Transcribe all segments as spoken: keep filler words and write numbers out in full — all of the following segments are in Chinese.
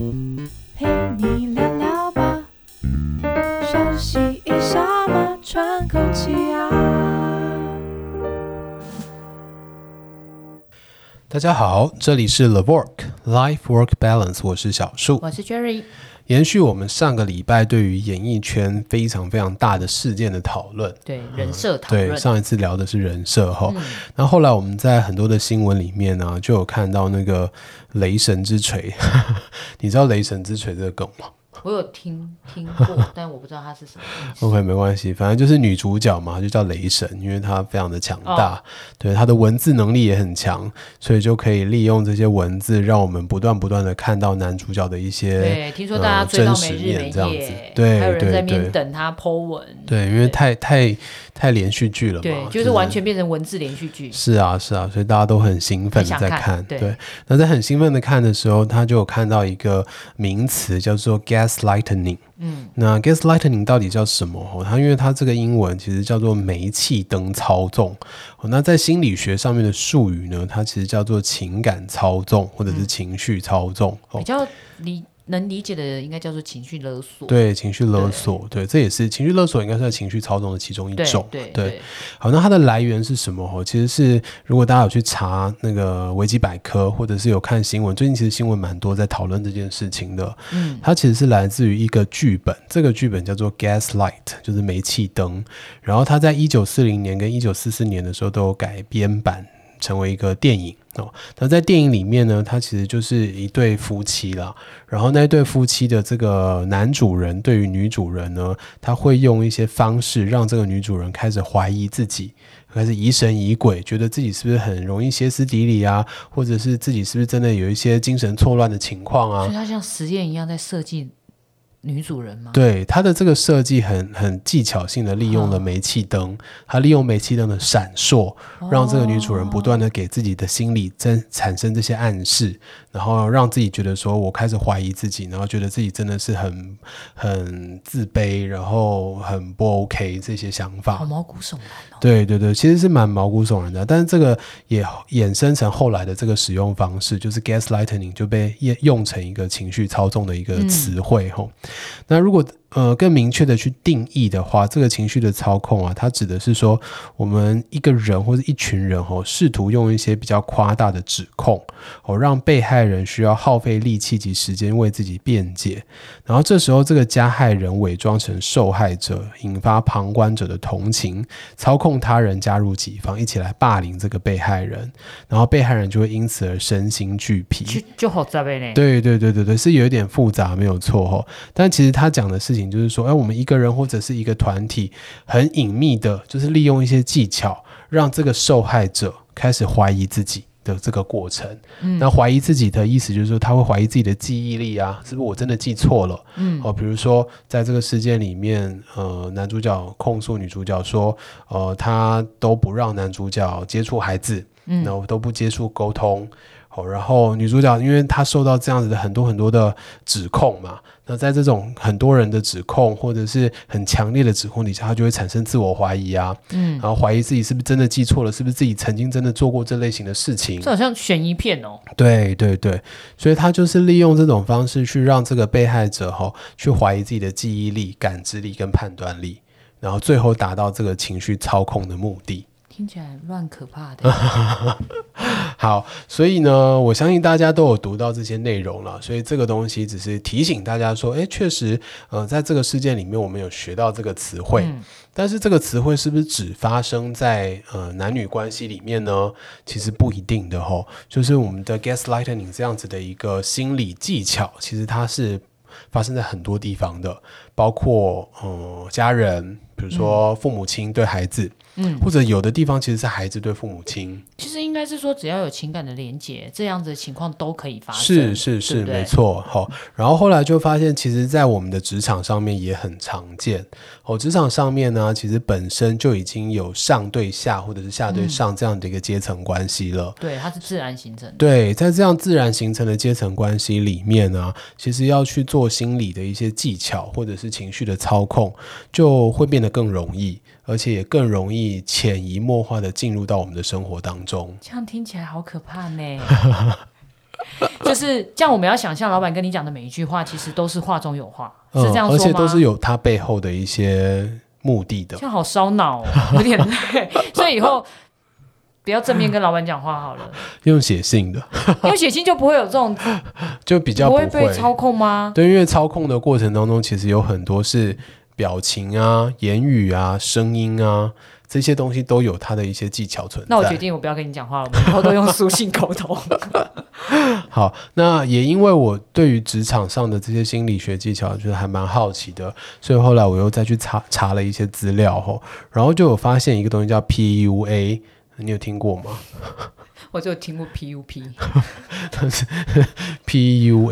陪你聊聊吧，休息一下嘛，喘口气啊。 大家好，这里是 The Work Life Work Balance， 我是小树， 我是 Jerry。 延续我们上个礼拜对于演艺圈非常非常大的事件的讨论， 对人设讨论、 嗯、对，上一次聊的是人设哈、 嗯， 然后后来我们在很多的新闻里面呢、啊，就有看到那个雷神之锤你知道雷神之锤这个梗吗？ 我有听听过，但我不知道它是什么意思。 OK， 没关系，反正就是女主角嘛，就叫雷神，因为她非常的强大，哦、对，她的文字能力也很强，所以就可以利用这些文字，让我们不断不断的看到男主角的一些对，听说大家追到没日没夜， 这样子，对， 还有人在那边等他 po 文， 对，因为太太太连续剧了嘛， 对，就是完全变成文字连续剧， 是啊是啊，所以大家都很兴奋的在看， 看对, 对，那在很兴奋的看的时候，他就有看到一个名词叫做 gaslighting。嗯，那 gaslighting 到底叫什么？它因为它这个英文其实叫做煤气灯操纵。那在心理学上面的术语呢，它其实叫做情感操纵或者是情绪操纵。 嗯、比较理能理解的应该叫做情绪勒索。 对，情绪勒索， 对, 对，这也是情绪勒索，应该是情绪操纵的其中一种。 对 对, 对, 对。 好，那它的来源是什么？其实是如果大家有去查那个维基百科，或者是有看新闻，最近其实新闻蛮多在讨论这件事情的。嗯，它其实是来自于一个剧本，这个剧本叫做 Gaslight， 就是煤气灯。然后它在一九四零年跟一九四四年的时候都有改编版成为一个电影。哦，那在电影里面呢，它其实就是一对夫妻啦，然后那对夫妻的这个男主人对于女主人呢，他会用一些方式让这个女主人开始怀疑自己，开始疑神疑鬼，觉得自己是不是很容易歇斯底里啊，或者是自己是不是真的有一些精神错乱的情况啊， 所以他像实验一样在设计女主人吗？ 对，他的这个设计很很技巧性的利用了煤气灯，他利用煤气灯的闪烁，让这个女主人不断的给自己的心理真产生这些暗示，然后让自己觉得说我开始怀疑自己，然后觉得自己真的是很很自卑，然后很不 OK 这些想法， 好毛骨悚然哦。 对对对，其实是蛮毛骨悚然的，但是这个也衍生成后来的这个使用方式，就是 gaslighting 就被用成一个情绪操纵的一个词汇、嗯那如果呃更明确的去定义的话，这个情绪的操控啊，它指的是说我们一个人或者一群人哦，试图用一些比较夸大的指控哦，让被害人需要耗费力气及时间为自己辩解，然后这时候这个加害人伪装成受害者，引发旁观者的同情，操控他人加入己方，一起来霸凌这个被害人，然后被害人就会因此而身心俱疲， 就就好杂呗呢。 对对对对对，是有一点复杂，没有错哦。但其实他讲的事情就是说，哎，我们一个人或者是一个团体，很隐秘的，就是利用一些技巧，让这个受害者开始怀疑自己的这个过程。嗯，那怀疑自己的意思就是说，他会怀疑自己的记忆力啊，是不是我真的记错了？嗯，哦，比如说在这个事件里面，呃，男主角控诉女主角说，呃，他都不让男主角接触孩子，嗯，然后都不接触沟通。哦、然后女主角因为她受到这样子的很多很多的指控嘛，那在这种很多人的指控或者是很强烈的指控底下，她就会产生自我怀疑啊，嗯，然后怀疑自己是不是真的记错了，是不是自己曾经真的做过这类型的事情， 这好像悬疑片哦。 对对对，所以她就是利用这种方式去让这个被害者、哦、去怀疑自己的记忆力、感知力跟判断力，然后最后达到这个情绪操控的目的。 听起来乱可怕的好，所以呢我相信大家都有读到这些内容了，所以这个东西只是提醒大家说，诶，确实呃，在这个事件里面我们有学到这个词汇、嗯、但是这个词汇是不是只发生在呃男女关系里面呢？其实不一定的齁，就是我们的 gaslighting 这样子的一个心理技巧，其实它是发生在很多地方的，包括呃家人，比如说父母亲对孩子，嗯，或者有的地方其实是孩子对父母亲， 其实应该是说只要有情感的连结，这样子的情况都可以发生， 是是是，对对没错。好，然后后来就发现其实在我们的职场上面也很常见哦，职场上面呢其实本身就已经有上对下或者是下对上这样的一个阶层关系了、嗯、 对，它是自然形成的。 对，在这样自然形成的阶层关系里面呢，其实要去做心理的一些技巧或者是情绪的操控就会变得更容易，而且也更容易潜移默化的进入到我们的生活当中。 这样听起来好可怕呢就是这样，我们要想象老板跟你讲的每一句话，其实都是话中有话， 嗯、 是这样说吗？ 而且都是有他背后的一些目的的。 这样好烧脑哦，有点累。所以以后不要正面跟老板讲话好了， 用写信的， 用写信就不会有这种， 就比较不会不会被操控吗？ 对，因为操控的过程当中，其实有很多是表情啊、言语啊、声音啊。这些东西都有它的一些技巧存在。 那我决定我不要跟你讲话了，我们以后都用书信沟通。 好，那也因为我对于职场上的这些心理学技巧就是还蛮好奇的，所以后来我又再去查查了一些资料后，然后就有发现一个东西叫 P U A， 你有听过吗？ 我就有听过 P U P。 P U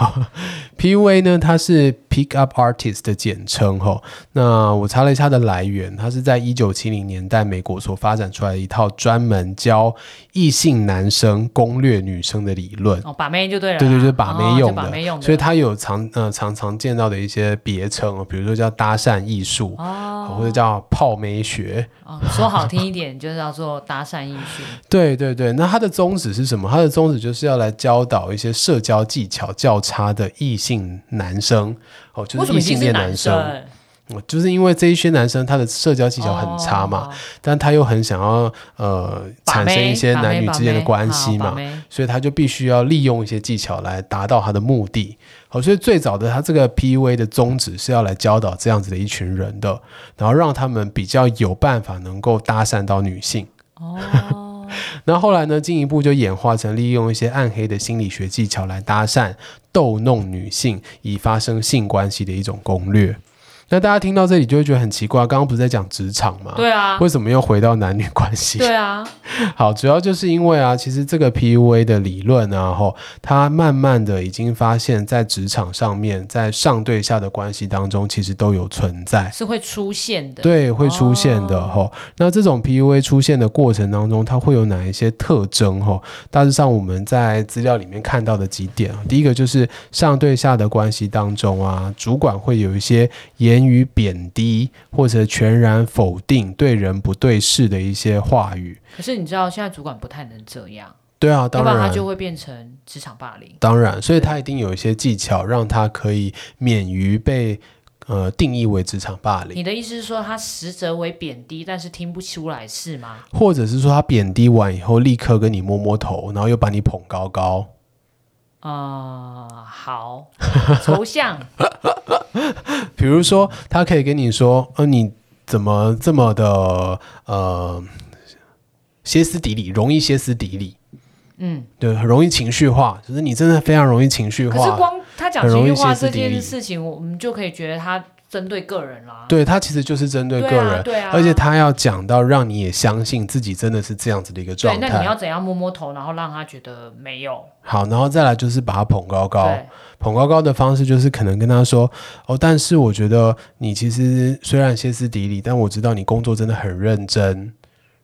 A，P U A 呢，它是 Pick Up Artist 的简称哈。那我查了一下它的来源，它是在一九七零年代美国所发展出来的一套专门教异性男生攻略女生的理论。 哦，把妹就对了。 对对对，把妹用的。 哦、把妹用的， 所以它有常呃常常见到的一些别称，比如说叫搭讪艺术，哦，或者叫泡妹学。 哦，说好听一点就叫做搭讪艺术。 对对对，那它的宗旨是什么？它的宗旨就是要来教导一些社交技巧较差的异性男生，哦，就是异性恋男生。嗯、就是因为这一些男生他的社交技巧很差嘛，哦、但他又很想要呃产生一些男女之间的关系嘛，所以他就必须要利用一些技巧来达到他的目的。好，所以最早的他这个 P U A 的宗旨是要来教导这样子的一群人的，然后让他们比较有办法能够搭讪到女性。哦，那后来呢，进一步就演化成利用一些暗黑的心理学技巧来搭讪、逗弄女性，以发生性关系的一种攻略。那大家听到这里就会觉得很奇怪，刚刚不是在讲职场吗？ 对啊， 为什么又回到男女关系？ 对啊， 好，主要就是因为啊，其实这个 P U A 的理论啊，吼，它慢慢的已经发现，在职场上面，在上对下的关系当中，其实都有存在， 是会出现的， 对，会出现的吼、哦。那这种 P U A 出现的过程当中，它会有哪一些特征？吼，大致上我们在资料里面看到的几点，第一个就是上对下的关系当中啊，主管会有一些言语贬低或者全然否定对人不对事的一些话语。 可是你知道现在主管不太能这样。 对啊，当然， 要不然他就会变成职场霸凌。 当然，所以他一定有一些技巧让他可以免于被呃定义为职场霸凌。 你的意思是说他实则为贬低，但是听不出来是吗？ 或者是说他贬低完以后立刻跟你摸摸头，然后又把你捧高高。 呃，好，抽象。 比如说，他可以跟你说：“呃，你怎么这么的呃歇斯底里，容易歇斯底里？嗯，对，很容易情绪化，就是你真的非常容易情绪化。 可是光他讲情绪化这件事情，我们就可以觉得他针对个人啦。对， 他其实就是针对个人， 对啊，对啊， 而且他要讲到让你也相信自己真的是这样子的一个状态。 对，那你要怎样摸摸头，然后让他觉得没有？ 好，然后再来就是把他捧高高。捧高高的方式就是可能跟他说：“哦，但是我觉得你其实虽然歇斯底里，但我知道你工作真的很认真，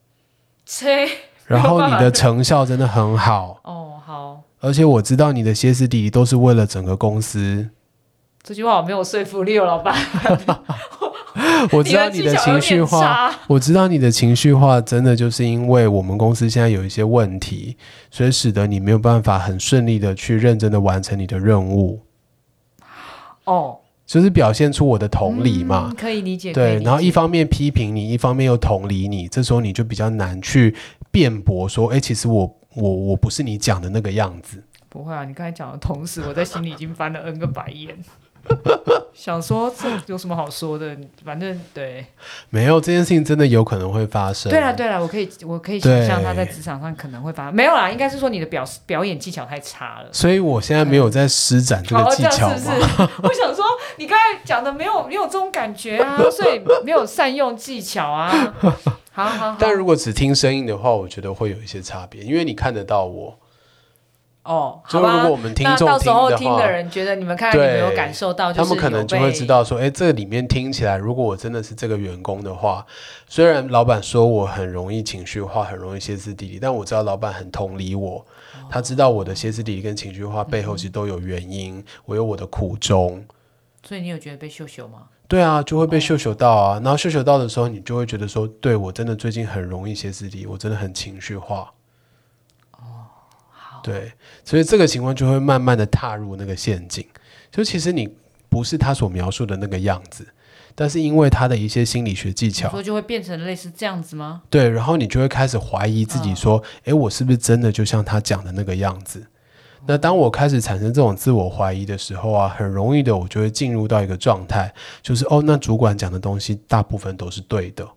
然后你的成效真的很好。 哦，好， 而且我知道你的歇斯底里都是为了整个公司。” 这句话我没有说服力哦，老板。 我知道你的情绪化，我知道你的情绪化真的就是因为我们公司现在有一些问题，所以使得你没有办法很顺利的去认真的完成你的任务。哦，就是表现出我的同理嘛， 嗯、可以理解。 对， 理解然后一方面批评你，一方面又同理你，这时候你就比较难去辩驳说，哎，其实我我我不是你讲的那个样子。 不会啊，你刚才讲的同时，我在心里已经翻了 N 个白眼。想说这有什么好说的，反正对， 没有，这件事情真的有可能会发生。 对啦对啦，我可以我可以想象他在职场上可能会发生。没有啦，应该是说你的 表, 表演技巧太差了， 所以我现在没有在施展这个技巧嘛、哦、 是不是我想说你刚才讲的没有没有这种感觉啊，所以没有善用技巧啊。好好好， 但如果只听声音的话，我觉得会有一些差别，因为你看得到我。 哦，好吧， 如果我们听众听的话， 那到时候听的人觉得你们看你们有感受到，就是他们可能就会知道说，哎，这里面听起来，如果我真的是这个员工的话，虽然老板说我很容易情绪化，很容易歇斯底里，但我知道老板很同理我，哦、他知道我的歇斯底里跟情绪化背后其实都有原因，嗯、我有我的苦衷。 所以你有觉得被秀秀吗？ 对啊，就会被秀秀到啊，哦、然后秀秀到的时候，你就会觉得说，对我真的最近很容易歇斯底里，我真的很情绪化。 对，所以这个情况就会慢慢的踏入那个陷阱，就其实你不是他所描述的那个样子，但是因为他的一些心理学技巧， 你说就会变成类似这样子吗？ 对，然后你就会开始怀疑自己说，哎、嗯，我是不是真的就像他讲的那个样子？那当我开始产生这种自我怀疑的时候啊，很容易的我就会进入到一个状态，就是哦，那主管讲的东西大部分都是对的。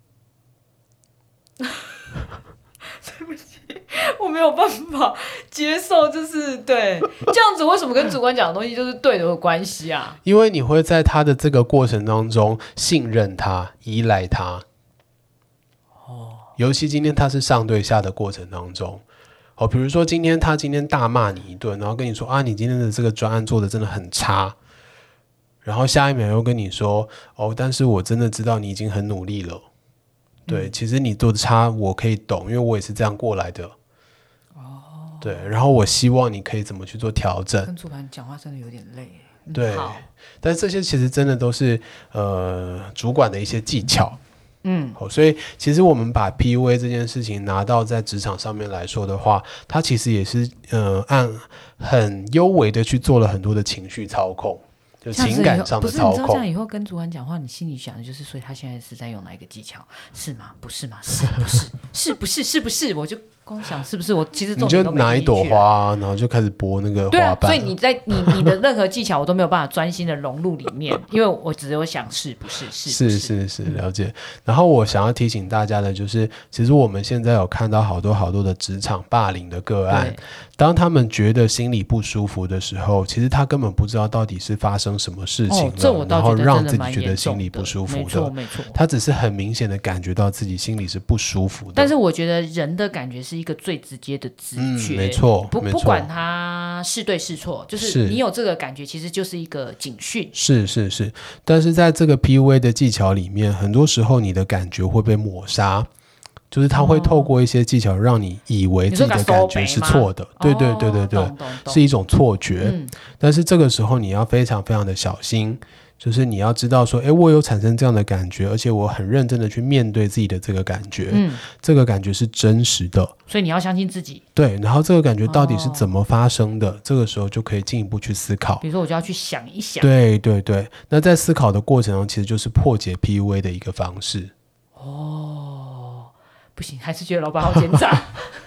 对不起，我没有办法接受，就是对这样子，为什么跟主管讲的东西就是对的有关系啊？ 因为你会在他的这个过程当中信任他、依赖他。哦，尤其今天他是上对下的过程当中。哦，比如说今天他今天大骂你一顿，然后跟你说啊，你今天的这个专案做的真的很差，然后下一秒又跟你说哦，但是我真的知道你已经很努力了，对，嗯、其实你做的差我可以懂，因为我也是这样过来的，哦，对，然后我希望你可以怎么去做调整。 跟主管讲话真的有点累，嗯、 对，但这些其实真的都是呃主管的一些技巧。嗯，所以其实我们把 P U A 这件事情拿到在职场上面来说的话，它其实也是呃按很优微的去做了很多的情绪操控，就情感上的操控。 不是，你知道这样以后跟主管讲话，你心里想的就是，所以他现在是在用哪一个技巧？是吗？不是吗？是不是？是不是？是不是？我就光想是不是？我其实重点都没你就拿一朵花，然后就开始拨那个花瓣。 对啊，所以你在你你的任何技巧，我都没有办法专心的融入里面，因为我只有想是不是？是不是？ 是是是，了解。然后我想要提醒大家的就是，其实我们现在有看到好多好多的职场霸凌的个案，当他们觉得心里不舒服的时候，其实他根本不知道到底是发生什么事情了， 哦、这我倒然后觉得让自己觉得心里不舒服的。 没错没错， 他只是很明显的感觉到自己心里是不舒服的。 但是我觉得人的感觉是一个最直接的直觉， 嗯、没错， 不不管他是对是错，就是你有这个感觉，其实就是一个警讯。 是是是，但是在这个 P U A 的技巧里面，很多时候你的感觉会被抹杀。就是他会透过一些技巧让你以为自己的感觉是错的，对对对对对， 哦、 是一种错觉、 嗯。 但是这个时候你要非常非常的小心，就是你要知道说，哎，我有产生这样的感觉，而且我很认真的去面对自己的这个感觉，嗯，这个感觉是真实的， 所以你要相信自己。 对，然后这个感觉到底是怎么发生的，哦、这个时候就可以进一步去思考。 比如说，我就要去想一想。 对对对，那在思考的过程中，其实就是破解 P U A 的一个方式。 哦，不行，还是觉得老板好奸诈。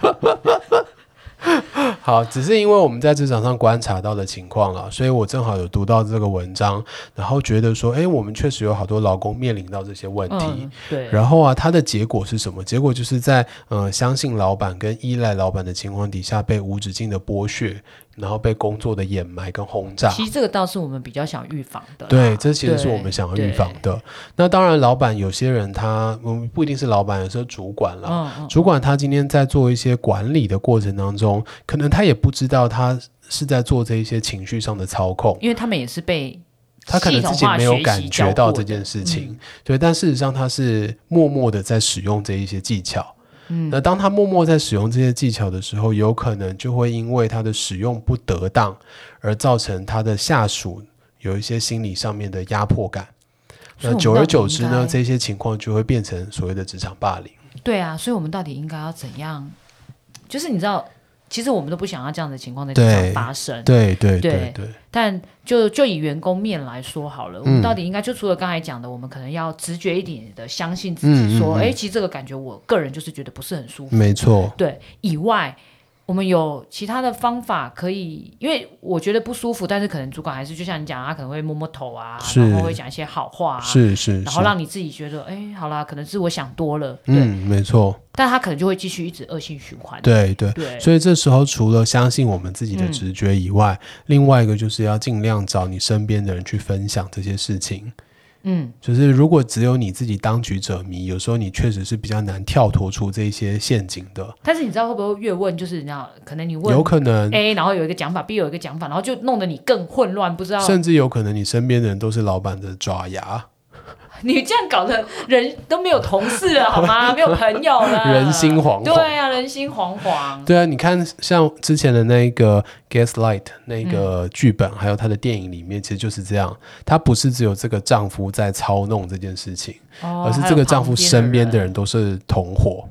好，只是因为我们在职场上观察到的情况了，所以我正好有读到这个文章，然后觉得说，哎，我们确实有好多劳工面临到这些问题。 嗯、对。 然后啊，它的结果是什么？结果就是在呃相信老板跟依赖老板的情况底下，被无止境的剥削，然后被工作的掩埋跟轰炸。 其实这个倒是我们比较想预防的。 对，这其实是我们想要预防的。那当然，老板有些人他不一定是老板，有时候主管啦、嗯嗯，主管他今天在做一些管理的过程当中，可能他也不知道他是在做这一些情绪上的操控， 因为他们也是被他可能自己没有感觉到这件事情、嗯、对，但事实上他是默默的在使用这一些技巧。嗯，那当他默默在使用这些技巧的时候，有可能就会因为他的使用不得当而造成他的下属有一些心理上面的压迫感。那久而久之呢，这些情况就会变成所谓的职场霸凌。 对啊，所以我们到底应该要怎样？就是你知道，其实我们都不想要这样的情况在职场发生。 对对对 对, 对。 但就就以员工面来说好了，我们到底应该就除了刚才讲的，我们可能要直觉一点的相信自己说，哎、嗯嗯嗯，其实这个感觉我个人就是觉得不是很舒服。 没错。 对，以外。我们有其他的方法可以，因为我觉得不舒服，但是可能主管还是就像你讲，他可能会摸摸头啊，然后会讲一些好话啊， 是是， 然后让你自己觉得，哎，好啦，可能是我想多了，对， 嗯，没错。 但他可能就会继续一直恶性循环。 对 对, 对，所以这时候除了相信我们自己的直觉以外、嗯，另外一个就是要尽量找你身边的人去分享这些事情。嗯，就是如果只有你自己当局者迷，有时候你确实是比较难跳脱出这些陷阱的。 但是你知道会不会越问，就是你知道，可能你问有可能 A， 然后有一个讲法 ，B 有一个讲法，然后就弄得你更混乱，不知道。 甚至有可能你身边的人都是老板的爪牙。 你这样搞得人都没有同事了好吗？没有朋友了， 人心惶惶。 对啊，人心惶惶。 对啊，你看像之前的那个 Gaslight 那个剧本、嗯、还有他的电影里面其实就是这样，他不是只有这个丈夫在操弄这件事情、哦、而是这个丈夫身边的人都是同伙。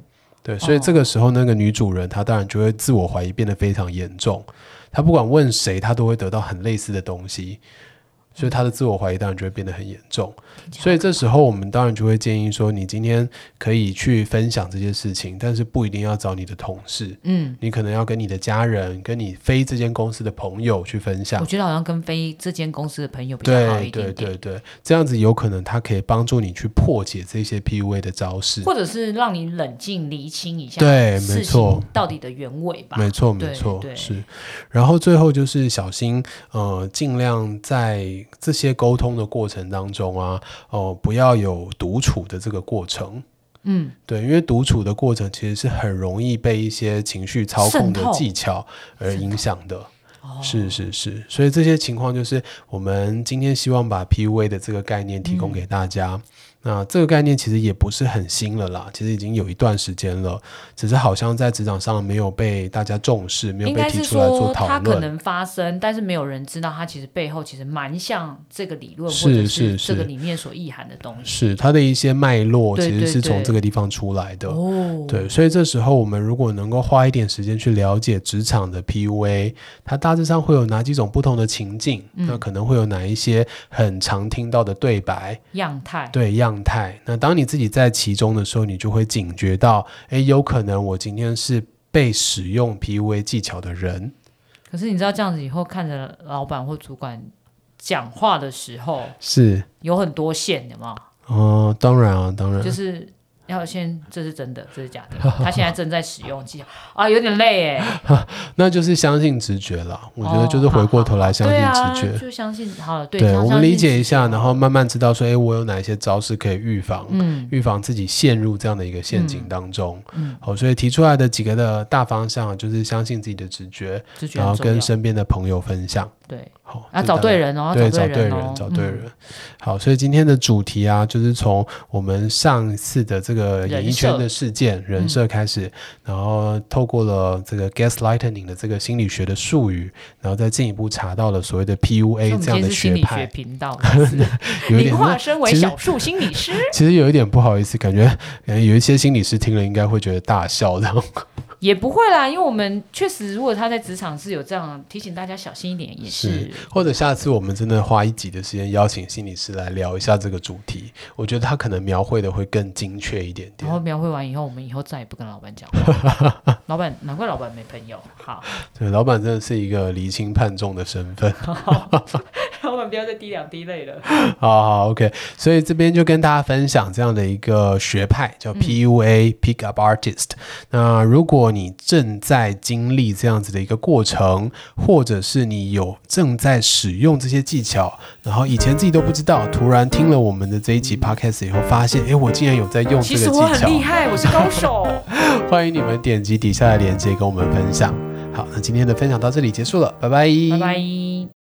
对，所以这个时候那个女主人她当然就会自我怀疑变得非常严重，她不管问谁她都会得到很类似的东西，所以她的自我怀疑当然就会变得很严重。所以这时候我们当然就会建议说，你今天可以去分享这些事情，但是不一定要找你的同事，嗯，你可能要跟你的家人，跟你非这间公司的朋友去分享。 我觉得好像跟非这间公司的朋友比较好一点点， 对对对对，这样子有可能他可以帮助你去破解这些 P U A 的招式， 或者是让你冷静厘清一下对，没错， 到底的原委吧。 没错没错，是。然后最后就是小心，呃，尽量在这些沟通的过程当中啊，哦、呃，不要有独处的这个过程。嗯，对，因为独处的过程其实是很容易被一些情绪操控的技巧而影响的。是是是，所以这些情况就是我们今天希望把 P U A 的这个概念提供给大家。嗯，那这个概念其实也不是很新了啦，其实已经有一段时间了，只是好像在职场上没有被大家重视，没有被提出来做讨论。 它可能发生，但是没有人知道它其实背后其实蛮像这个理论，或者是这个里面所意涵的东西。 是它的一些脉络其实是从这个地方出来的。对， 对， 对，所以这时候我们如果能够花一点时间去了解职场的 P U A， 它大致上会有哪几种不同的情境，嗯，那可能会有哪一些很常听到的对白样态， 对样态。那当你自己在其中的时候，你就会警觉到，诶，有可能我今天是被使用 P U A 技巧的人。 可是你知道这样子以后看着老板或主管讲话的时候， 是有很多线的嘛？ 哦、呃，当然啊，当然， 就是要先这是真的，这是假的，他现在正在使用技巧啊，有点累哎。 那就是相信直觉了，我觉得就是回过头来相信直觉， 哦、就相信好了，对， 对，我们理解一下，然后慢慢知道说，哎，我有哪一些招式可以预防，嗯，预防自己陷入这样的一个陷阱当中。嗯，好、哦，所以提出来的几个的大方向就是相信自己的直觉， 直觉然后跟身边的朋友分享。 对，好，要找对人哦， 对， 找对人，找对人。好，所以今天的主题啊，就是从我们上一次的这个演艺圈的事件人设开始，然后透过了这个 gaslighting 的这个心理学的术语，然后再进一步查到了所谓的 P U A 这样的学派。 学频道，有一点化身为小树心理师。 其实有一点不好意思，感觉感觉有一些心理师听了应该会觉得大笑这样。 也不会啦，因为我们确实，如果他在职场是有这样提醒大家小心一点，也是。是或者下次我们真的花一集的时间邀请心理师来聊一下这个主题，我觉得他可能描绘的会更精确一点点。 然后描绘完以后，我们以后再也不跟老板讲话。老板，难怪老板没朋友。好， 对，老板真的是一个离经叛众的身份。 老板不要再滴两滴泪了。 好好 ，OK。所以这边就跟大家分享这样的一个学派，叫 P U A、嗯、Pick Up Artist。那如果你正在经历这样子的一个过程，或者是你有正在使用这些技巧，然后以前自己都不知道，突然听了我们的这一集 podcast 以后，发现，哎，我竟然有在用这个技巧，其实我很厉害，我是高手。 欢迎你们点击底下的链接跟我们分享。好，那今天的分享到这里结束了，拜拜， 拜拜。